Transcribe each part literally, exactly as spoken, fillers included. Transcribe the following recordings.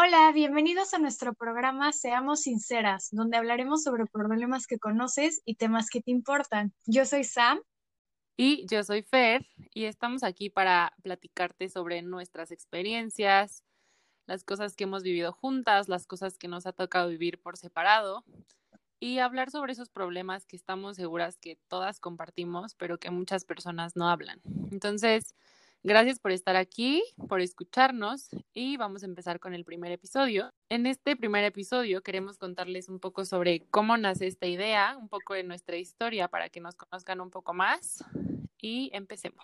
Hola, bienvenidos a nuestro programa Seamos Sinceras, donde hablaremos sobre problemas que conoces y temas que te importan. Yo soy Sam. Y yo soy Fer y estamos aquí para platicarte sobre nuestras experiencias, las cosas que hemos vivido juntas, las cosas que nos ha tocado vivir por separado y hablar sobre esos problemas que estamos seguras que todas compartimos, pero que muchas personas no hablan. Entonces, gracias por estar aquí, por escucharnos y vamos a empezar con el primer episodio. En este primer episodio queremos contarles un poco sobre cómo nace esta idea, un poco de nuestra historia para que nos conozcan un poco más y empecemos.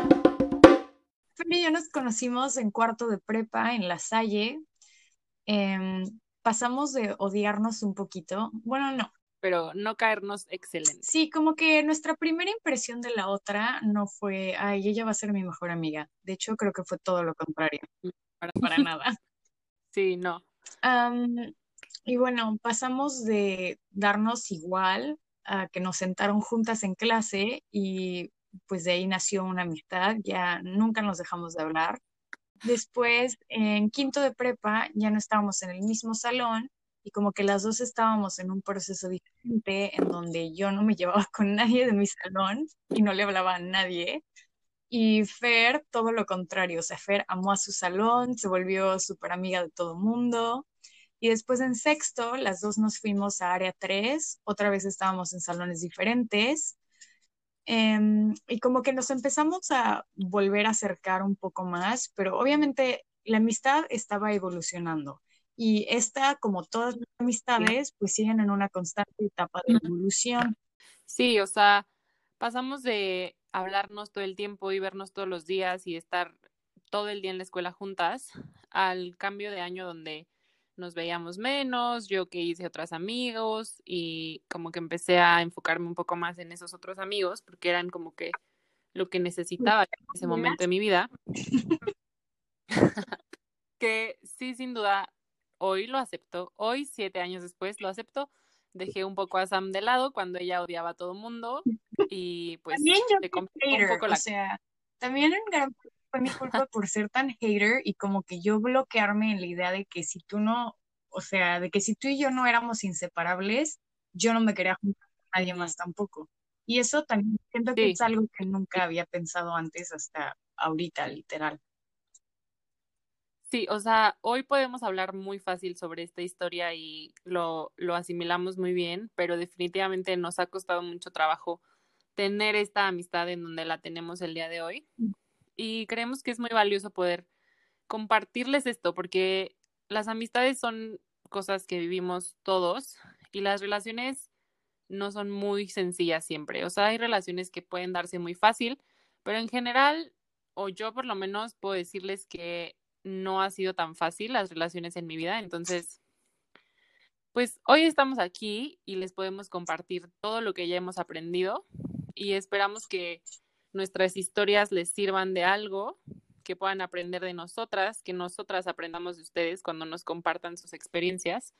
Fer y yo nos conocimos en cuarto de prepa en La Salle. Em, pasamos de odiarnos un poquito. Bueno, no. Pero no caernos excelente. Sí, como que nuestra primera impresión de la otra no fue, ay, ella va a ser mi mejor amiga. De hecho, creo que fue todo lo contrario. Para- Para nada. Sí, no. Am, y bueno, pasamos de darnos igual a que nos sentaron juntas en clase y pues de ahí nació una amistad, ya nunca nos dejamos de hablar. Después, en quinto de prepa, ya no estábamos en el mismo salón y como que las dos estábamos en un proceso diferente en donde yo no me llevaba con nadie de mi salón y no le hablaba a nadie. Y Fer, todo lo contrario, o sea, Fer amó a su salón, se volvió súper amiga de todo mundo. Y después en sexto, las dos nos fuimos a área tres, otra vez estábamos en salones diferentes, em, y como que nos empezamos a volver a acercar un poco más, pero obviamente la amistad estaba evolucionando. Y esta, como todas las amistades, pues siguen en una constante etapa de evolución. Sí, o sea, pasamos de hablarnos todo el tiempo y vernos todos los días y estar todo el día en la escuela juntas al cambio de año donde nos veíamos menos, yo que hice otros amigos y como que empecé a enfocarme un poco más en esos otros amigos porque eran como que lo que necesitaba en ese momento de mi vida, que sí, sin duda, hoy lo acepto, hoy, siete años después, lo acepto. Dejé un poco a Sam de lado cuando ella odiaba a todo mundo y También pues yo se fui complicó un hater, poco o la... sea, también en gran parte fue mi culpa por ser tan hater y como que yo bloquearme en la idea de que si tú no, o sea, de que si tú y yo no éramos inseparables, yo no me quería juntar con nadie Ujú. más tampoco. Y eso también siento que Sí, es algo que nunca había pensado antes hasta ahorita, literal. sí, o sea, hoy podemos hablar muy fácil sobre esta historia y lo, lo asimilamos muy bien, pero definitivamente nos ha costado mucho trabajo tener esta amistad en donde la tenemos el día de hoy y creemos que es muy valioso poder compartirles esto, porque las amistades son cosas que vivimos todos y las relaciones no son muy sencillas siempre. O sea, hay relaciones que pueden darse muy fácil, pero en general, o yo por lo menos puedo decirles que no ha sido tan fácil las relaciones en mi vida. Entonces, pues hoy estamos aquí y les podemos compartir todo lo que ya hemos aprendido y esperamos que nuestras historias les sirvan de algo, que puedan aprender de nosotras, que nosotras aprendamos de ustedes cuando nos compartan sus experiencias.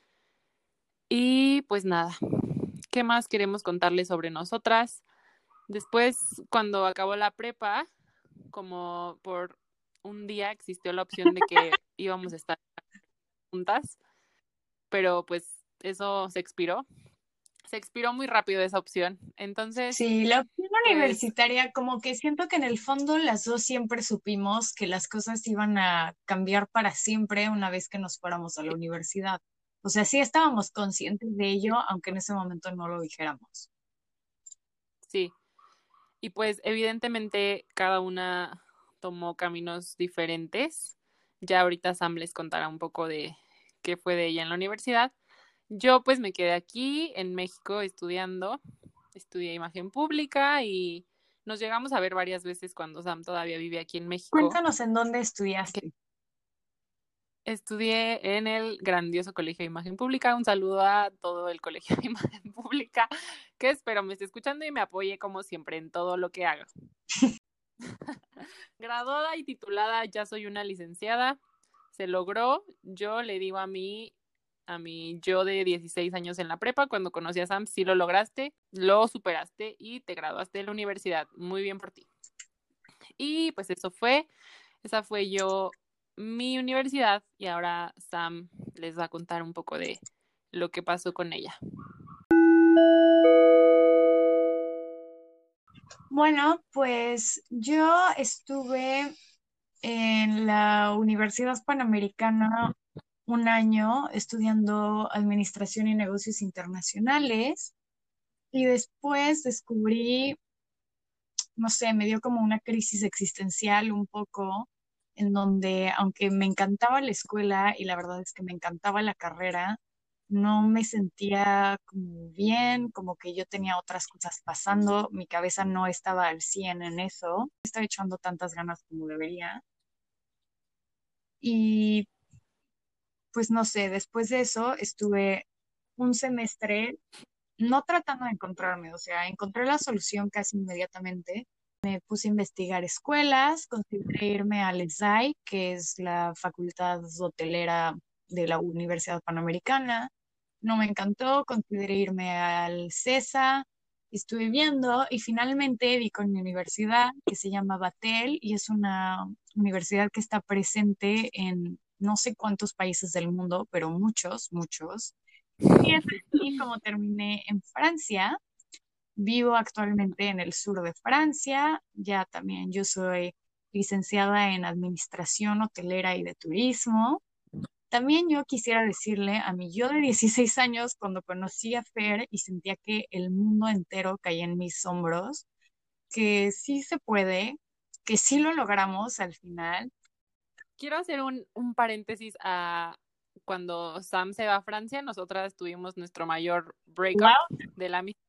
Y pues nada, ¿qué más queremos contarles sobre nosotras? Después, cuando acabó la prepa, como por un día existió la opción de que íbamos a estar juntas, pero pues eso se expiró. Se expiró muy rápido esa opción. Entonces, Sí, la opción pues universitaria, como que siento que en el fondo las dos siempre supimos que las cosas iban a cambiar para siempre una vez que nos fuéramos a la universidad. O sea, sí estábamos conscientes de ello, aunque en ese momento no lo dijéramos. sí. Y pues evidentemente cada una tomó caminos diferentes. Ya ahorita Sam les contará un poco de qué fue de ella en la universidad. Yo pues me quedé aquí en México estudiando, estudié imagen pública y nos llegamos a ver varias veces cuando Sam todavía vive aquí en México. Cuéntanos en dónde Que estudiaste. estudié en el grandioso Colegio de Imagen Pública. Un saludo a todo el Colegio de Imagen Pública, que espero me esté escuchando y me apoye como siempre en todo lo que haga. Graduada y titulada, ya soy una licenciada. Se logró. Yo le digo a mí, a mi yo de dieciséis años en la prepa, cuando conocí a Sam, sí lo lograste, lo superaste y te graduaste de la universidad. Muy bien por ti. Y pues eso fue, esa fue yo mi universidad y ahora Sam les va a contar un poco de lo que pasó con ella. Bueno, pues yo estuve en la Universidad Panamericana un año estudiando Administración y Negocios Internacionales y después descubrí, no sé, me dio como una crisis existencial un poco, en donde aunque me encantaba la escuela y la verdad es que me encantaba la carrera, no me sentía como bien, como que yo tenía otras cosas pasando, mi cabeza no estaba al cien en eso, estaba echando tantas ganas como debería. Y pues no sé, después de eso estuve un semestre no tratando de encontrarme, o sea, encontré la solución casi inmediatamente. Me puse a investigar escuelas, consideré irme al E S A I, que es la facultad hotelera de la Universidad Panamericana. No me encantó, consideré irme al CESA, estuve viendo y finalmente di con mi universidad, que se llama Batel, y es una universidad que está presente en no sé cuántos países del mundo, pero muchos, muchos. Y es así como terminé en Francia. Vivo actualmente en el sur de Francia. Ya también yo soy licenciada en Administración Hotelera y de Turismo. También yo quisiera decirle a mi yo de dieciséis años, cuando conocí a Fer y sentía que el mundo entero caía en mis hombros, que sí se puede, que sí lo logramos al final. Quiero hacer un, un paréntesis a cuando Sam se va a Francia, nosotras tuvimos nuestro mayor breakup Wow, de la amistad.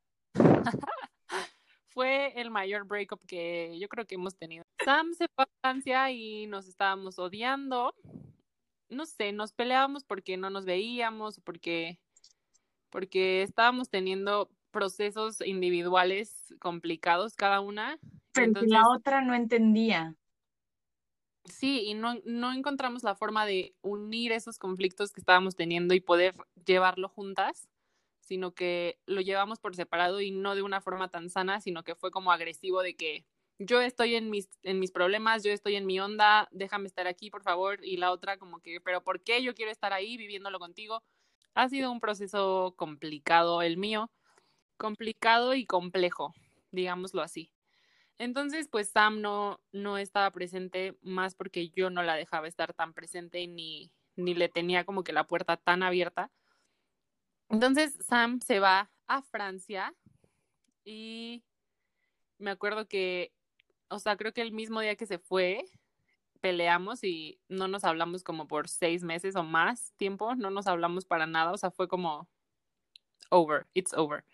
Fue el mayor breakup que yo creo que hemos tenido. Sam se fue a Francia y nos estábamos odiando. No sé, nos peleábamos porque no nos veíamos, porque, porque estábamos teniendo procesos individuales complicados cada una. pero que la Entonces, otra no entendía. sí, y no, no encontramos la forma de unir esos conflictos que estábamos teniendo y poder llevarlo juntas, sino que lo llevamos por separado y no de una forma tan sana, sino que fue como agresivo de que yo estoy en mis, en mis problemas, yo estoy en mi onda, déjame estar aquí, por favor, y la otra como que, pero ¿por qué yo quiero estar ahí viviéndolo contigo? Ha sido un proceso complicado el mío, complicado y complejo, digámoslo así. Entonces, pues Sam no, no estaba presente más porque yo no la dejaba estar tan presente ni, ni le tenía como que la puerta tan abierta. Entonces Sam se va a Francia y me acuerdo que, o sea, creo que el mismo día que se fue, peleamos y no nos hablamos como por seis meses o más tiempo, no nos hablamos para nada, o sea, fue como over, it's over.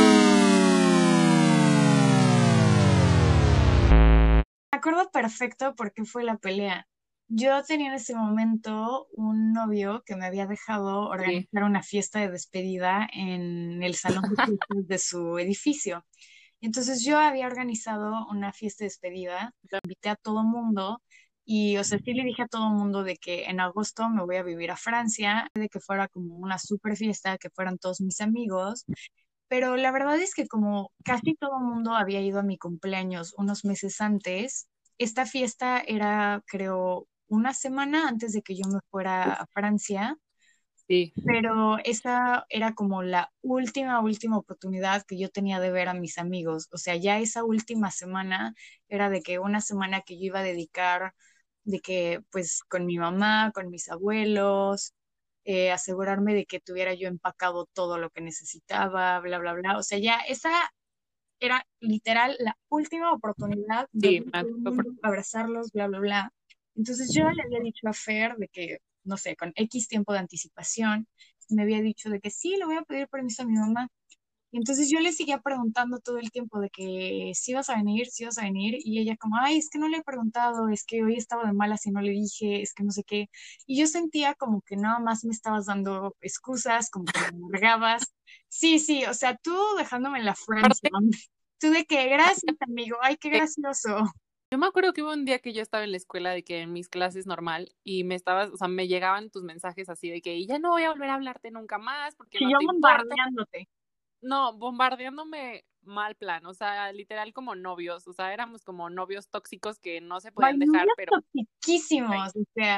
Me acuerdo perfecto por qué fue la pelea. Yo tenía en ese momento un novio que me había dejado Sí. organizar una fiesta de despedida en el salón de fiestas de su edificio. Entonces yo había organizado una fiesta de despedida, invité a todo mundo y, o sea, sí le dije a todo mundo de que en agosto me voy a vivir a Francia, de que fuera como una super fiesta, que fueran todos mis amigos, pero la verdad es que como casi todo el mundo había ido a mi cumpleaños unos meses antes, esta fiesta era, creo, una semana antes de que yo me fuera a Francia, Sí, pero esa era como la última, última oportunidad que yo tenía de ver a mis amigos. O sea, ya esa última semana era de que una semana que yo iba a dedicar, de que pues con mi mamá, con mis abuelos, eh, asegurarme de que tuviera yo empacado todo lo que necesitaba, bla, bla, bla. O sea, ya esa era literal la última oportunidad de sí, ver a me todo el acuerdo. mundo, abrazarlos, bla, bla, bla. Entonces yo le había dicho a Fer de que, no sé, con X tiempo de anticipación, me había dicho de que sí, le voy a pedir permiso a mi mamá. Y entonces yo le seguía preguntando todo el tiempo de que si ibas a venir, si ibas a venir, y ella como, ay, es que no le he preguntado, es que hoy estaba de malas y no le dije, es que no sé qué. Y yo sentía como que nada más me estabas dando excusas, como que me amargabas. Sí, sí, o sea, tú dejándome en la Aparte, friendzone. Tú de que gracias, amigo, ay, qué gracioso. yo me acuerdo que hubo un día que yo estaba en la escuela de que en mis clases normal y me estabas, o sea, me llegaban tus mensajes así de que ya no voy a volver a hablarte nunca más porque Y no yo te importo. bombardeándote. No, bombardeándome mal plan, o sea, literal como novios, o sea, éramos como novios tóxicos que no se Ay, podían dejar, novios pero toxiquísimos, o sea.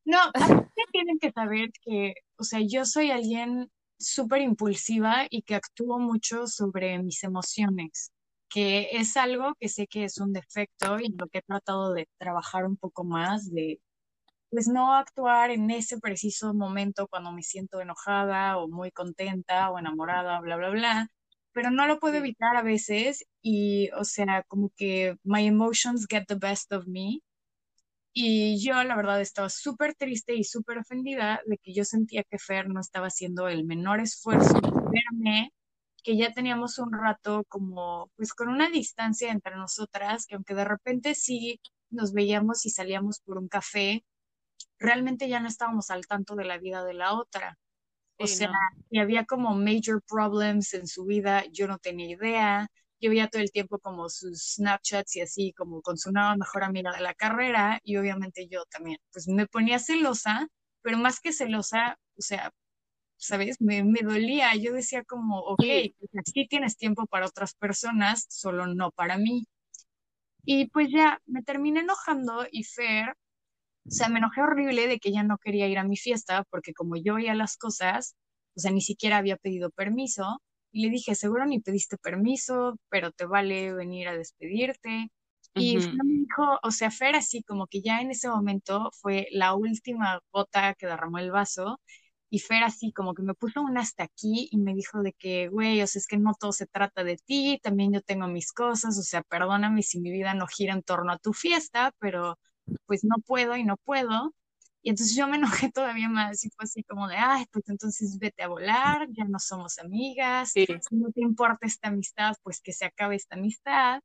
No, aparte tienen que saber que, o sea, yo soy alguien súper impulsiva y que actúo mucho sobre mis emociones, que es algo que sé que es un defecto y lo que he tratado de trabajar un poco más, de pues no actuar en ese preciso momento cuando me siento enojada o muy contenta o enamorada, bla, bla, bla, pero no lo puedo Sí, evitar a veces y, o sea, como que my emotions get the best of me. Y yo, la verdad, estaba súper triste y súper ofendida de que yo sentía que Fer no estaba haciendo el menor esfuerzo por verme, que ya teníamos un rato como, pues con una distancia entre nosotras, que aunque de repente sí nos veíamos y salíamos por un café, realmente ya no estábamos al tanto de la vida de la otra. O sí, sea, no. y había como major problems en su vida, yo no tenía idea. Yo veía todo el tiempo como sus Snapchats y así, como con su nueva mejor amiga de la carrera, y obviamente yo también. Pues me ponía celosa, pero más que celosa, o sea, ¿sabes? Me, me dolía. Yo decía como, ok, Sí, pues sí tienes tiempo para otras personas, solo no para mí. Y pues ya me terminé enojando y Fer, o sea, me enojé horrible de que ella no quería ir a mi fiesta porque como yo veía las cosas, o sea, ni siquiera había pedido permiso. Y le dije, seguro ni pediste permiso, pero te vale venir a despedirte. Y ujú, Fer me dijo, o sea, Fer así como que ya en ese momento fue la última gota que derramó el vaso. Y Fer así como que me puso un hasta aquí y me dijo de que, güey, o sea, es que no todo se trata de ti, también yo tengo mis cosas, o sea, perdóname si mi vida no gira en torno a tu fiesta, pero pues no puedo y no puedo. Y entonces yo me enojé todavía más y fue así como de, ay, pues entonces vete a volar, ya no somos amigas, sí, si no te importa esta amistad, pues que se acabe esta amistad.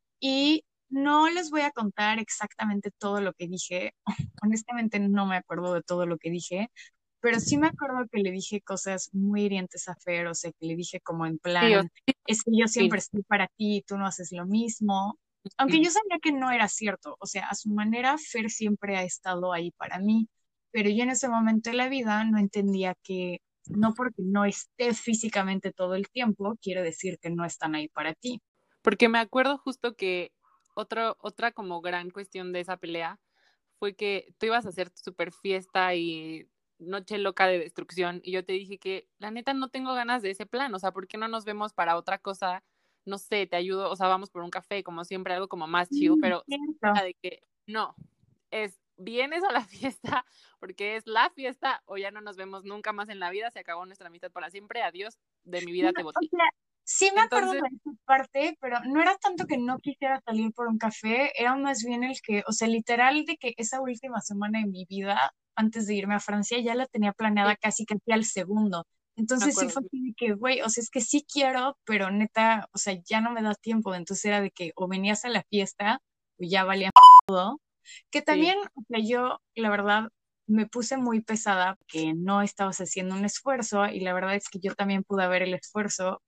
Y no les voy a contar exactamente todo lo que dije, honestamente no me acuerdo de todo lo que dije, pero sí me acuerdo que le dije cosas muy hirientes a Fer, o sea, que le dije como en sí, o plan, es que yo sí, siempre estoy para ti y tú no haces lo mismo, aunque ujú. yo sabía que no era cierto, o sea, a su manera Fer siempre ha estado ahí para mí, pero yo en ese momento de la vida no entendía que no porque no esté físicamente todo el tiempo, quiere decir que no están ahí para ti. Porque me acuerdo justo que otro, otra como gran cuestión de esa pelea fue que tú ibas a hacer tu super fiesta y noche loca de destrucción y yo te dije que la neta no tengo ganas de ese plan, o sea, ¿por qué no nos vemos para otra cosa? No sé, te ayudo, o sea, vamos por un café, como siempre, algo como más chill, Mm, pero cierto. de que no, es vienes a la fiesta porque es la fiesta o ya no nos vemos nunca más en la vida, se acabó nuestra amistad para siempre, adiós, de mi No, vida te o boté. sea, sí me acuerdo Entonces, de esa parte, pero no era tanto que no quisiera salir por un café, era más bien el que, o sea, literal de que esa última semana de mi vida, antes de irme a Francia, ya la tenía planeada sí, casi casi al segundo. me Entonces sí acuerdo. fue así de que, güey, o sea, es que sí quiero, pero neta, o sea, ya no me da tiempo. Entonces era de que o venías a la fiesta o ya valía todo. Que Sí. también, o sea, yo, la verdad, me puse muy pesada que no estabas haciendo un esfuerzo y la verdad es que yo también pude haber el esfuerzo,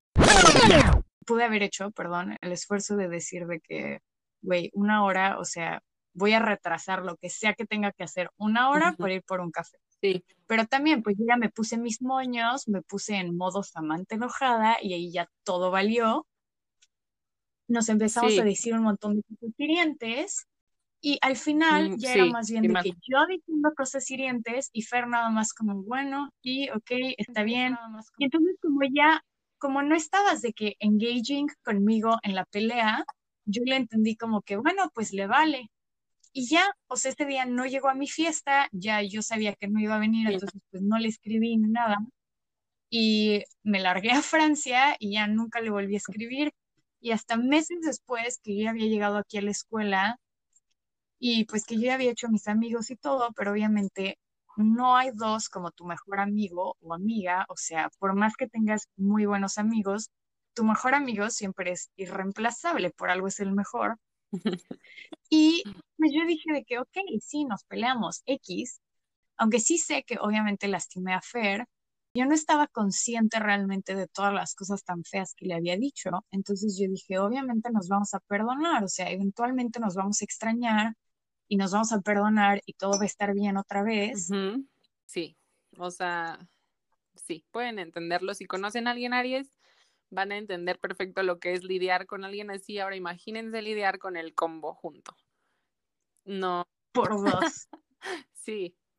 pude haber hecho, perdón, el esfuerzo de decir de que, güey, una hora, o sea, voy a retrasar lo que sea que tenga que hacer una hora Ujú. por ir por un café. Sí, Pero también, pues yo ya me puse mis moños, me puse en modo amante enojada y ahí ya todo valió. Nos empezamos a sí, decir un montón de cosas hirientes. Y al final mm, ya era sí, más bien sí, de me que acuerdo. yo diciendo cosas hirientes y Fer nada más como, bueno, sí, ok, está bien. Y entonces como ya, como no estabas de que engaging conmigo en la pelea, yo le entendí como que, bueno, pues le vale. Y ya, o sea, ese día no llegó a mi fiesta, ya yo sabía que no iba a venir, Sí, entonces pues no le escribí ni nada. Y me largué a Francia y ya nunca le volví a escribir. Y hasta meses después que yo ya había llegado aquí a la escuela, y pues que yo ya había hecho mis amigos y todo, pero obviamente no hay dos como tu mejor amigo o amiga, o sea, por más que tengas muy buenos amigos, tu mejor amigo siempre es irreemplazable, por algo es el mejor. Y pues yo dije de que, ok, sí, nos peleamos X, aunque sí sé que obviamente lastimé a Fer, yo no estaba consciente realmente de todas las cosas tan feas que le había dicho, entonces yo dije, obviamente nos vamos a perdonar, o sea, eventualmente nos vamos a extrañar y nos vamos a perdonar y todo va a estar bien otra vez. ujú, sí, o sea, sí, pueden entenderlo. Si conocen a alguien Aries, van a entender perfecto lo que es lidiar con alguien así. Ahora imagínense lidiar con el combo junto. No, Por dos. sí.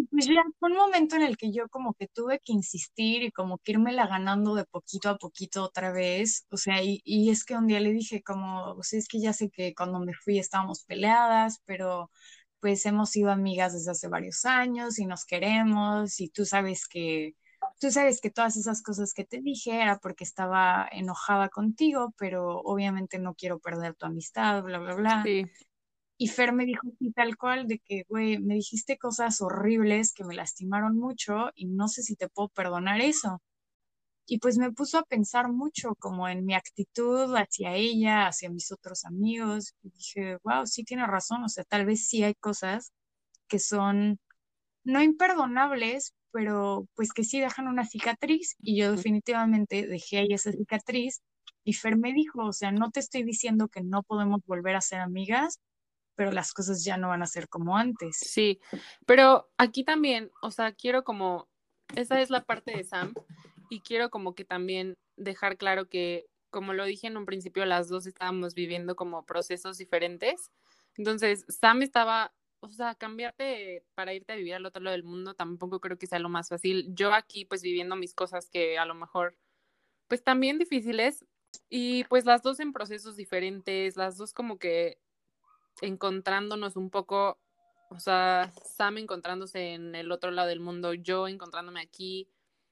pues ya fue un momento en el que yo como que tuve que insistir y como que irmela ganando de poquito a poquito otra vez, o sea, y, y es que un día le dije como, o sea, es que ya sé que cuando me fui estábamos peleadas, pero pues hemos sido amigas desde hace varios años y nos queremos y tú sabes que, tú sabes que todas esas cosas que te dije era porque estaba enojada contigo, pero obviamente no quiero perder tu amistad, bla, bla, bla. Sí, Y Fer me dijo así tal cual de que, güey, me dijiste cosas horribles que me lastimaron mucho y no sé si te puedo perdonar eso. Y pues me puso a pensar mucho como en mi actitud hacia ella, hacia mis otros amigos. Y dije, wow, sí tiene razón, o sea, tal vez sí hay cosas que son no imperdonables, pero pues que sí dejan una cicatriz y yo definitivamente dejé ahí esa cicatriz. Y Fer me dijo, o sea, no te estoy diciendo que no podemos volver a ser amigas, pero las cosas ya no van a ser como antes. sí, pero aquí también, o sea, quiero como, esa es la parte de Sam y quiero como que también dejar claro que, como lo dije en un principio, las dos estábamos viviendo como procesos diferentes. Entonces, Sam estaba, o sea, cambiarte para irte a vivir al otro lado del mundo tampoco creo que sea lo más fácil. Yo aquí pues viviendo mis cosas que a lo mejor pues también difíciles y pues las dos en procesos diferentes, las dos como que encontrándonos un poco, o sea, Sam encontrándose en el otro lado del mundo, yo encontrándome aquí.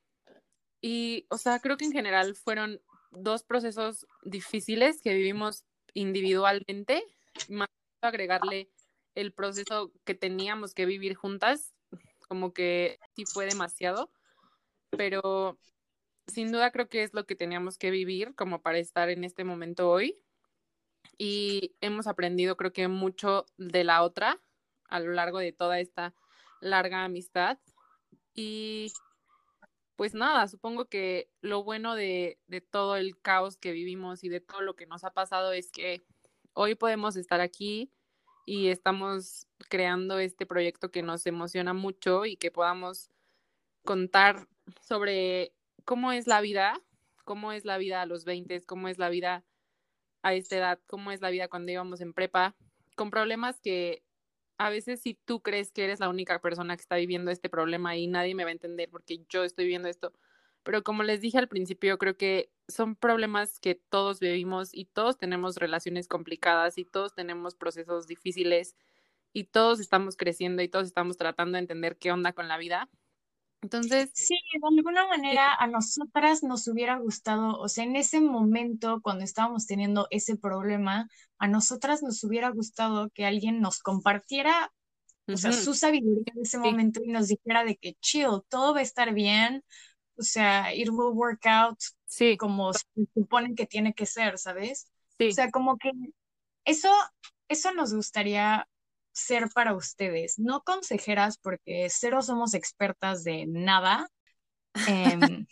Y, o sea, creo que en general fueron dos procesos difíciles que vivimos individualmente, más agregarle el proceso que teníamos que vivir juntas, como que sí fue demasiado, pero sin duda creo que es lo que teníamos que vivir como para estar en este momento hoy. Y hemos aprendido creo que mucho de la otra a lo largo de toda esta larga amistad. Y pues nada, supongo que lo bueno de, de todo el caos que vivimos y de todo lo que nos ha pasado es que hoy podemos estar aquí y estamos creando este proyecto que nos emociona mucho y que podamos contar sobre cómo es la vida, cómo es la vida a los veinte, cómo es la vida a esta edad, cómo es la vida cuando íbamos en prepa, con problemas que a veces si tú crees que eres la única persona que está viviendo este problema y nadie me va a entender porque yo estoy viviendo esto, pero como les dije al principio, creo que son problemas que todos vivimos y todos tenemos relaciones complicadas y todos tenemos procesos difíciles y todos estamos creciendo y todos estamos tratando de entender qué onda con la vida. Entonces, Sí, de alguna sí, manera a nosotras nos hubiera gustado, o sea, en ese momento, cuando estábamos teniendo ese problema, a nosotras nos hubiera gustado que alguien nos compartiera, o sea, uh-huh, su sabiduría de ese sí, momento y nos dijera de que chill, todo va a estar bien, o sea, it will work out sí, como se supone que tiene que ser, ¿sabes? O sí. sea, como que eso, eso nos gustaría ser para ustedes, no consejeras, porque cero somos expertas de nada. Em,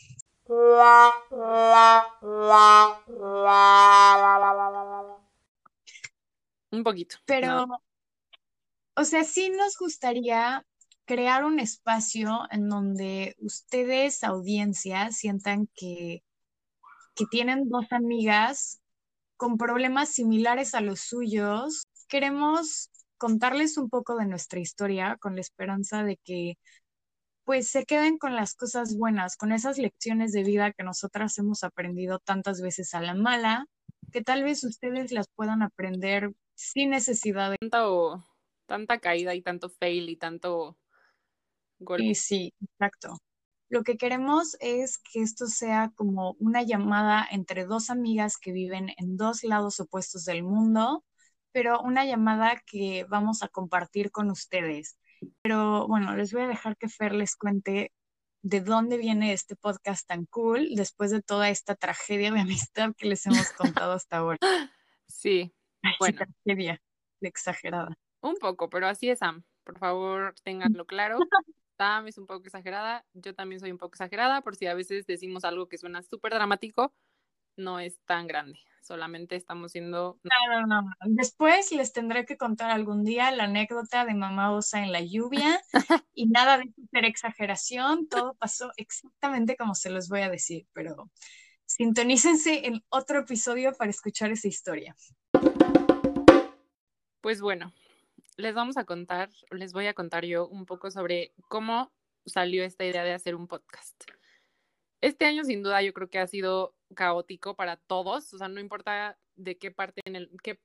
Un poquito, nada. pero, o sea, sí nos gustaría crear un espacio en donde ustedes, audiencia, sientan que, que tienen dos amigas con problemas similares a los suyos. Queremos contarles un poco de nuestra historia con la esperanza de que pues se queden con las cosas buenas, con esas lecciones de vida que nosotras hemos aprendido tantas veces a la mala, que tal vez ustedes las puedan aprender sin necesidad de... Tanto, tanta caída y tanto fail y tanto golpe. Sí, sí, exacto. Lo que queremos es que esto sea como una llamada entre dos amigas que viven en dos lados opuestos del mundo, pero una llamada que vamos a compartir con ustedes. Pero bueno, les voy a dejar que Fer les cuente de dónde viene este podcast tan cool después de toda esta tragedia de amistad que les hemos contado hasta ahora. Sí, Ay, qué bueno, tragedia, de exagerada. un poco, pero así es Sam. Por favor, ténganlo claro. Sam es un poco exagerada, yo también soy un poco exagerada, por si a veces decimos algo que suena súper dramático, no es tan grande. Solamente estamos siendo... No, no, no. Después les tendré que contar algún día la anécdota de mamá osa en la lluvia y nada de ser exageración, todo pasó exactamente como se los voy a decir, pero sintonícense en otro episodio para escuchar esa historia. Pues bueno, les vamos a contar, les voy a contar yo un poco sobre cómo salió esta idea de hacer un podcast. Este año sin duda yo creo que ha sido caótico para todos, o sea, no importa de qué parte en el qué,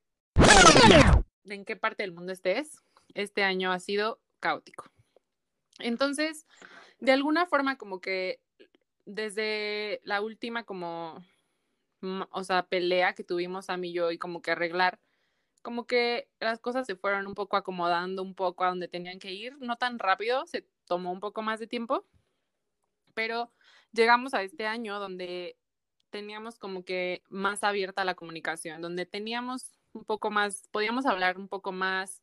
en qué parte del mundo estés, este año ha sido caótico. Entonces, de alguna forma como que desde la última como o sea, pelea que tuvimos Sam y yo y como que arreglar, como que las cosas se fueron un poco acomodando un poco a donde tenían que ir, no tan rápido, se tomó un poco más de tiempo, pero llegamos a este año donde teníamos como que más abierta la comunicación, donde teníamos un poco más, podíamos hablar un poco más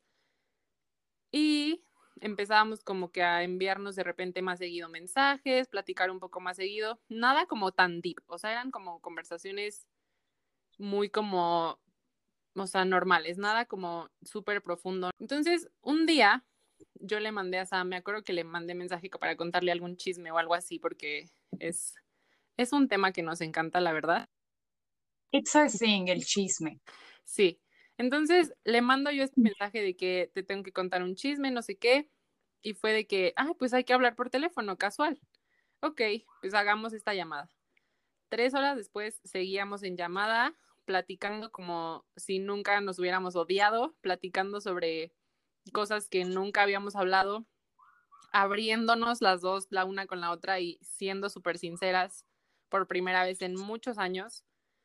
y empezábamos como que a enviarnos de repente más seguido mensajes, platicar un poco más seguido, nada como tan deep, o sea, eran como conversaciones muy como, o sea, normales, nada como súper profundo. Entonces, un día yo le mandé a Sam, me acuerdo que le mandé mensaje para contarle algún chisme o algo así, porque es, es un tema que nos encanta, la verdad. It's our thing, el chisme. Sí. Entonces, le mando yo este mensaje de que te tengo que contar un chisme, no sé qué, y fue de que, ah, pues hay que hablar por teléfono, casual. Ok, pues hagamos esta llamada. Tres horas después seguíamos en llamada, platicando como si nunca nos hubiéramos odiado, platicando sobre cosas que nunca habíamos hablado, abriéndonos las dos la una con la otra y siendo súper sinceras por primera vez en muchos años.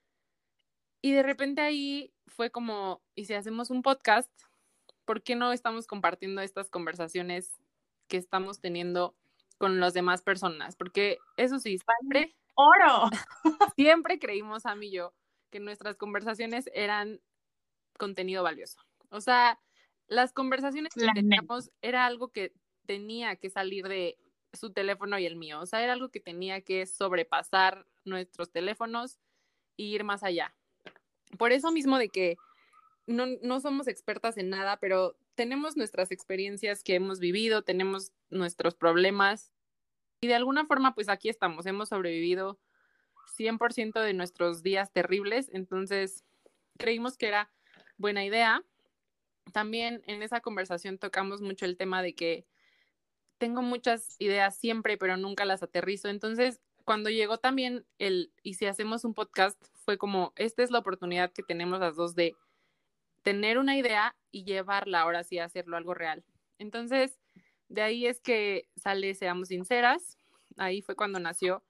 Y de repente ahí fue como, ¿y si hacemos un podcast? ¿Por qué no estamos compartiendo estas conversaciones que estamos teniendo con las demás personas? Porque eso sí, siempre, ¡Oro! siempre creímos, Sam y yo, que nuestras conversaciones eran contenido valioso. O sea, las conversaciones que La neta. teníamos era algo que tenía que salir de su teléfono y el mío. O sea, era algo que tenía que sobrepasar nuestros teléfonos e ir más allá. Por eso mismo de que no, no somos expertas en nada, pero tenemos nuestras experiencias que hemos vivido, tenemos nuestros problemas y de alguna forma pues aquí estamos, hemos sobrevivido cien por ciento de nuestros días terribles, entonces creímos que era buena idea. También en esa conversación tocamos mucho el tema de que tengo muchas ideas siempre, pero nunca las aterrizo. Entonces, cuando llegó también el, y si hacemos un podcast, fue como, esta es la oportunidad que tenemos las dos de tener una idea y llevarla ahora sí a hacerlo algo real. Entonces, de ahí es que sale Seamos Sinceras, ahí fue cuando nació.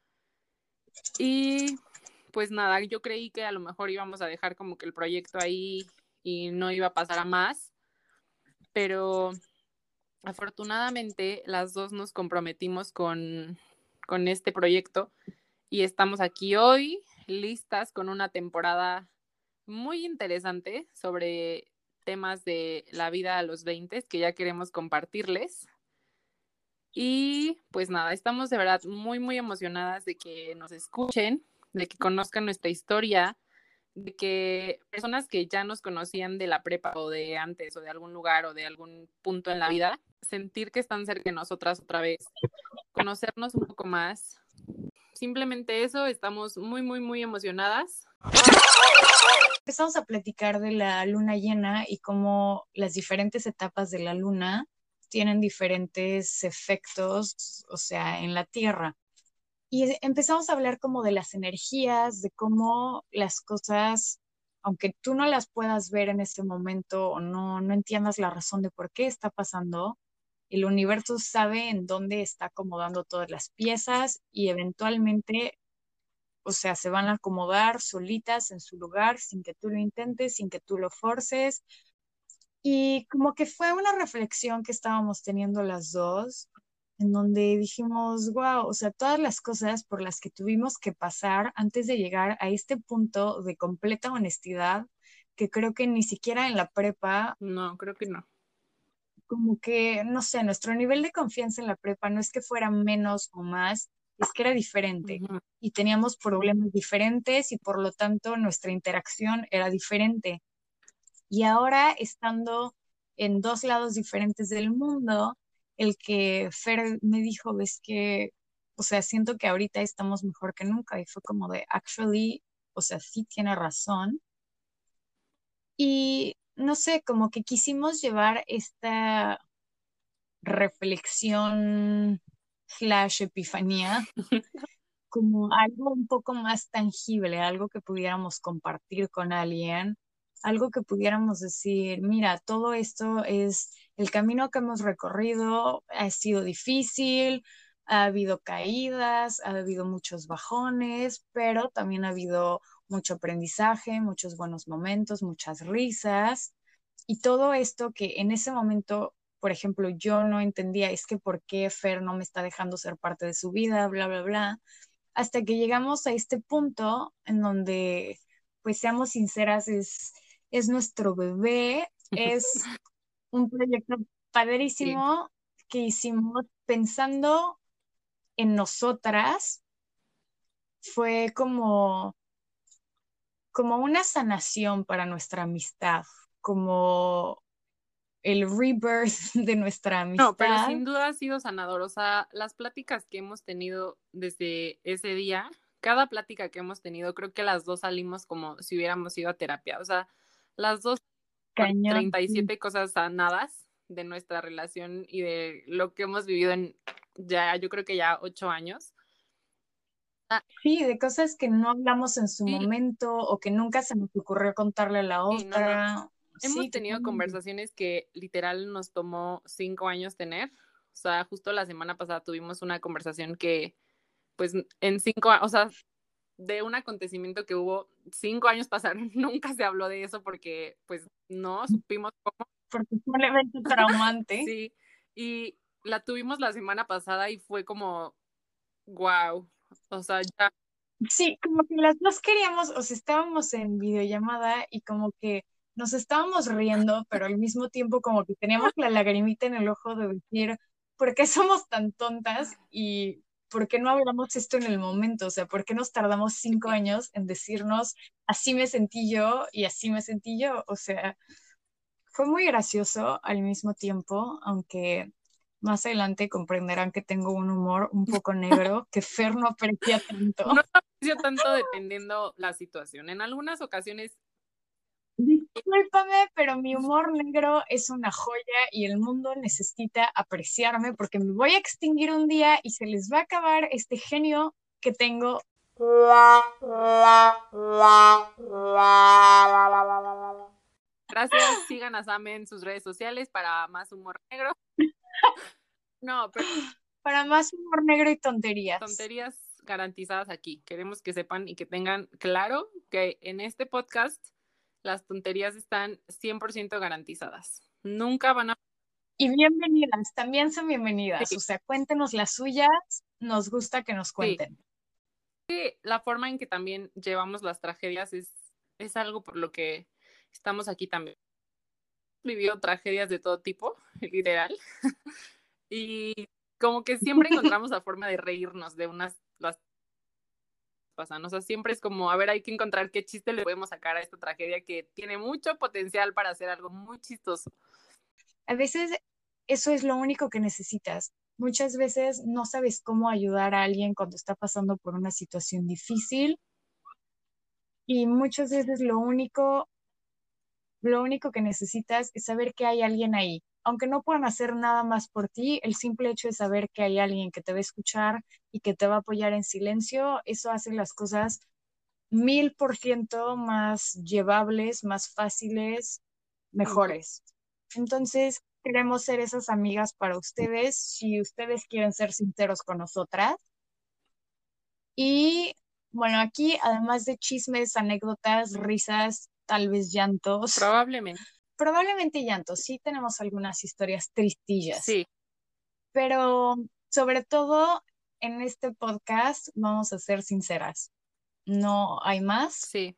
Y pues nada, yo creí que a lo mejor íbamos a dejar como que el proyecto ahí y no iba a pasar a más, pero afortunadamente las dos nos comprometimos con, con este proyecto y estamos aquí hoy listas con una temporada muy interesante sobre temas de la vida a los veinte que ya queremos compartirles. Y pues nada, estamos de verdad muy, muy emocionadas de que nos escuchen, de que conozcan nuestra historia, de que personas que ya nos conocían de la prepa o de antes o de algún lugar o de algún punto en la vida, sentir que están cerca de nosotras otra vez, conocernos un poco más. Simplemente eso, estamos muy, muy, muy emocionadas. Empezamos a platicar de la luna llena y cómo las diferentes etapas de la luna tienen diferentes efectos, o sea, en la Tierra. Y empezamos a hablar como de las energías, de cómo las cosas, aunque tú no las puedas ver en este momento o no, no entiendas la razón de por qué está pasando, el universo sabe en dónde está acomodando todas las piezas y eventualmente, o sea, se van a acomodar solitas en su lugar sin que tú lo intentes, sin que tú lo forces. Y como que fue una reflexión que estábamos teniendo las dos, en donde dijimos, wow, o sea, todas las cosas por las que tuvimos que pasar antes de llegar a este punto de completa honestidad, que creo que ni siquiera en la prepa, No, creo que no. como que, no sé, nuestro nivel de confianza en la prepa no es que fuera menos o más, es que era diferente. Uh-huh. Y teníamos problemas diferentes y por lo tanto nuestra interacción era diferente. Y ahora, estando en dos lados diferentes del mundo, el que Fer me dijo, ves que, o sea, siento que ahorita estamos mejor que nunca. Y fue como de, actually, o sea, sí tiene razón. Y no sé, como que quisimos llevar esta reflexión slash epifanía como algo un poco más tangible, algo que pudiéramos compartir con alguien, algo que pudiéramos decir, mira, todo esto es el camino que hemos recorrido, ha sido difícil, ha habido caídas, ha habido muchos bajones, pero también ha habido mucho aprendizaje, muchos buenos momentos, muchas risas, y todo esto que en ese momento, por ejemplo, yo no entendía, es que por qué Fer no me está dejando ser parte de su vida, bla, bla, bla, hasta que llegamos a este punto en donde, pues seamos sinceras, es, es nuestro bebé, es un proyecto Sí. padrísimo que hicimos pensando en nosotras, fue como, como una sanación para nuestra amistad, como el rebirth de nuestra No, pero amistad. sin duda ha sido sanador. O sea, las pláticas que hemos tenido desde ese día, cada plática que hemos tenido, creo que las dos salimos como si hubiéramos ido a terapia. O sea, las dos con Cañón. treinta y siete cosas sanadas de nuestra relación y de lo que hemos vivido en ya, yo creo que ya ocho años. Ah, Sí, de cosas que no hablamos en su sí, momento o que nunca se nos ocurrió contarle a la sí, no, no. otra. Hemos Sí, tenido totalmente. conversaciones que literal nos tomó cinco años tener. O sea, justo la semana pasada tuvimos una conversación que, pues, en cinco, o sea, de un acontecimiento que hubo, cinco años pasaron, nunca se habló de eso porque, pues, no supimos cómo. Porque fue un evento traumante. Sí, y la tuvimos la semana pasada y fue como, wow, o sea, ya, Sí, como que las dos queríamos, o sea, estábamos en videollamada y como que nos estábamos riendo, pero al mismo tiempo como que teníamos la lagrimita en el ojo de decir, ¿por qué somos tan tontas? Y ¿por qué no hablamos esto en el momento? O sea, ¿por qué nos tardamos cinco sí, años en decirnos, así me sentí yo y así me sentí yo? O sea, fue muy gracioso al mismo tiempo, aunque más adelante comprenderán que tengo un humor un poco negro que Fer no aprecia tanto. no aprecio tanto dependiendo la situación. En algunas ocasiones, Discúlpame, pero mi humor negro es una joya y el mundo necesita apreciarme porque me voy a extinguir un día y se les va a acabar este genio que tengo. gracias, sigan a Sam en sus redes sociales para más humor negro. No, pero Para más humor negro y tonterías. tonterías garantizadas aquí. Queremos que sepan y que tengan claro que en este podcast las tonterías están cien por ciento garantizadas. Nunca van a... Y bienvenidas, también son bienvenidas. Sí, O sea, cuéntenos las suyas, nos gusta que nos sí. cuenten. La forma en que también llevamos las tragedias es, es algo por lo que estamos aquí también. Vivido tragedias de todo tipo, literal. Y como que siempre encontramos la forma de reírnos de unas las pasan. O sea, siempre es como, a ver, hay que encontrar qué chiste le podemos sacar a esta tragedia que tiene mucho potencial para hacer algo muy chistoso. A veces eso es lo único que necesitas. Muchas veces no sabes cómo ayudar a alguien cuando está pasando por una situación difícil y muchas veces lo único, lo único que necesitas es saber que hay alguien ahí. Aunque no puedan hacer nada más por ti, el simple hecho de saber que hay alguien que te va a escuchar y que te va a apoyar en silencio, eso hace las cosas mil por ciento más llevables, más fáciles, mejores. Entonces, queremos ser esas amigas para ustedes, si ustedes quieren ser sinceros con nosotras. Y bueno, aquí, además de chismes, anécdotas, risas, tal vez llantos, Probablemente. probablemente llantos, sí tenemos algunas historias tristillas, Sí, pero sobre todo en este podcast vamos a ser sinceras. No hay más. sí.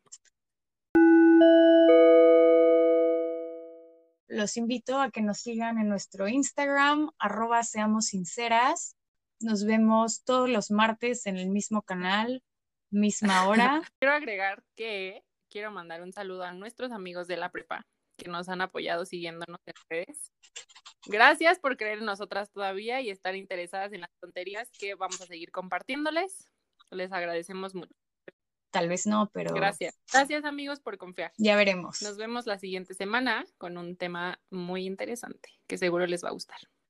Los invito a que nos sigan en nuestro Instagram, arroba seamos sinceras. Nos vemos todos los martes en el mismo canal, misma hora. Quiero agregar que quiero mandar un saludo a nuestros amigos de la prepa que nos han apoyado siguiéndonos en redes. Gracias por creer en nosotras todavía y estar interesadas en las tonterías que vamos a seguir compartiéndoles. Les agradecemos mucho. tal vez no, pero Gracias. Gracias, amigos, por confiar. Ya veremos. Nos vemos la siguiente semana con un tema muy interesante que seguro les va a gustar.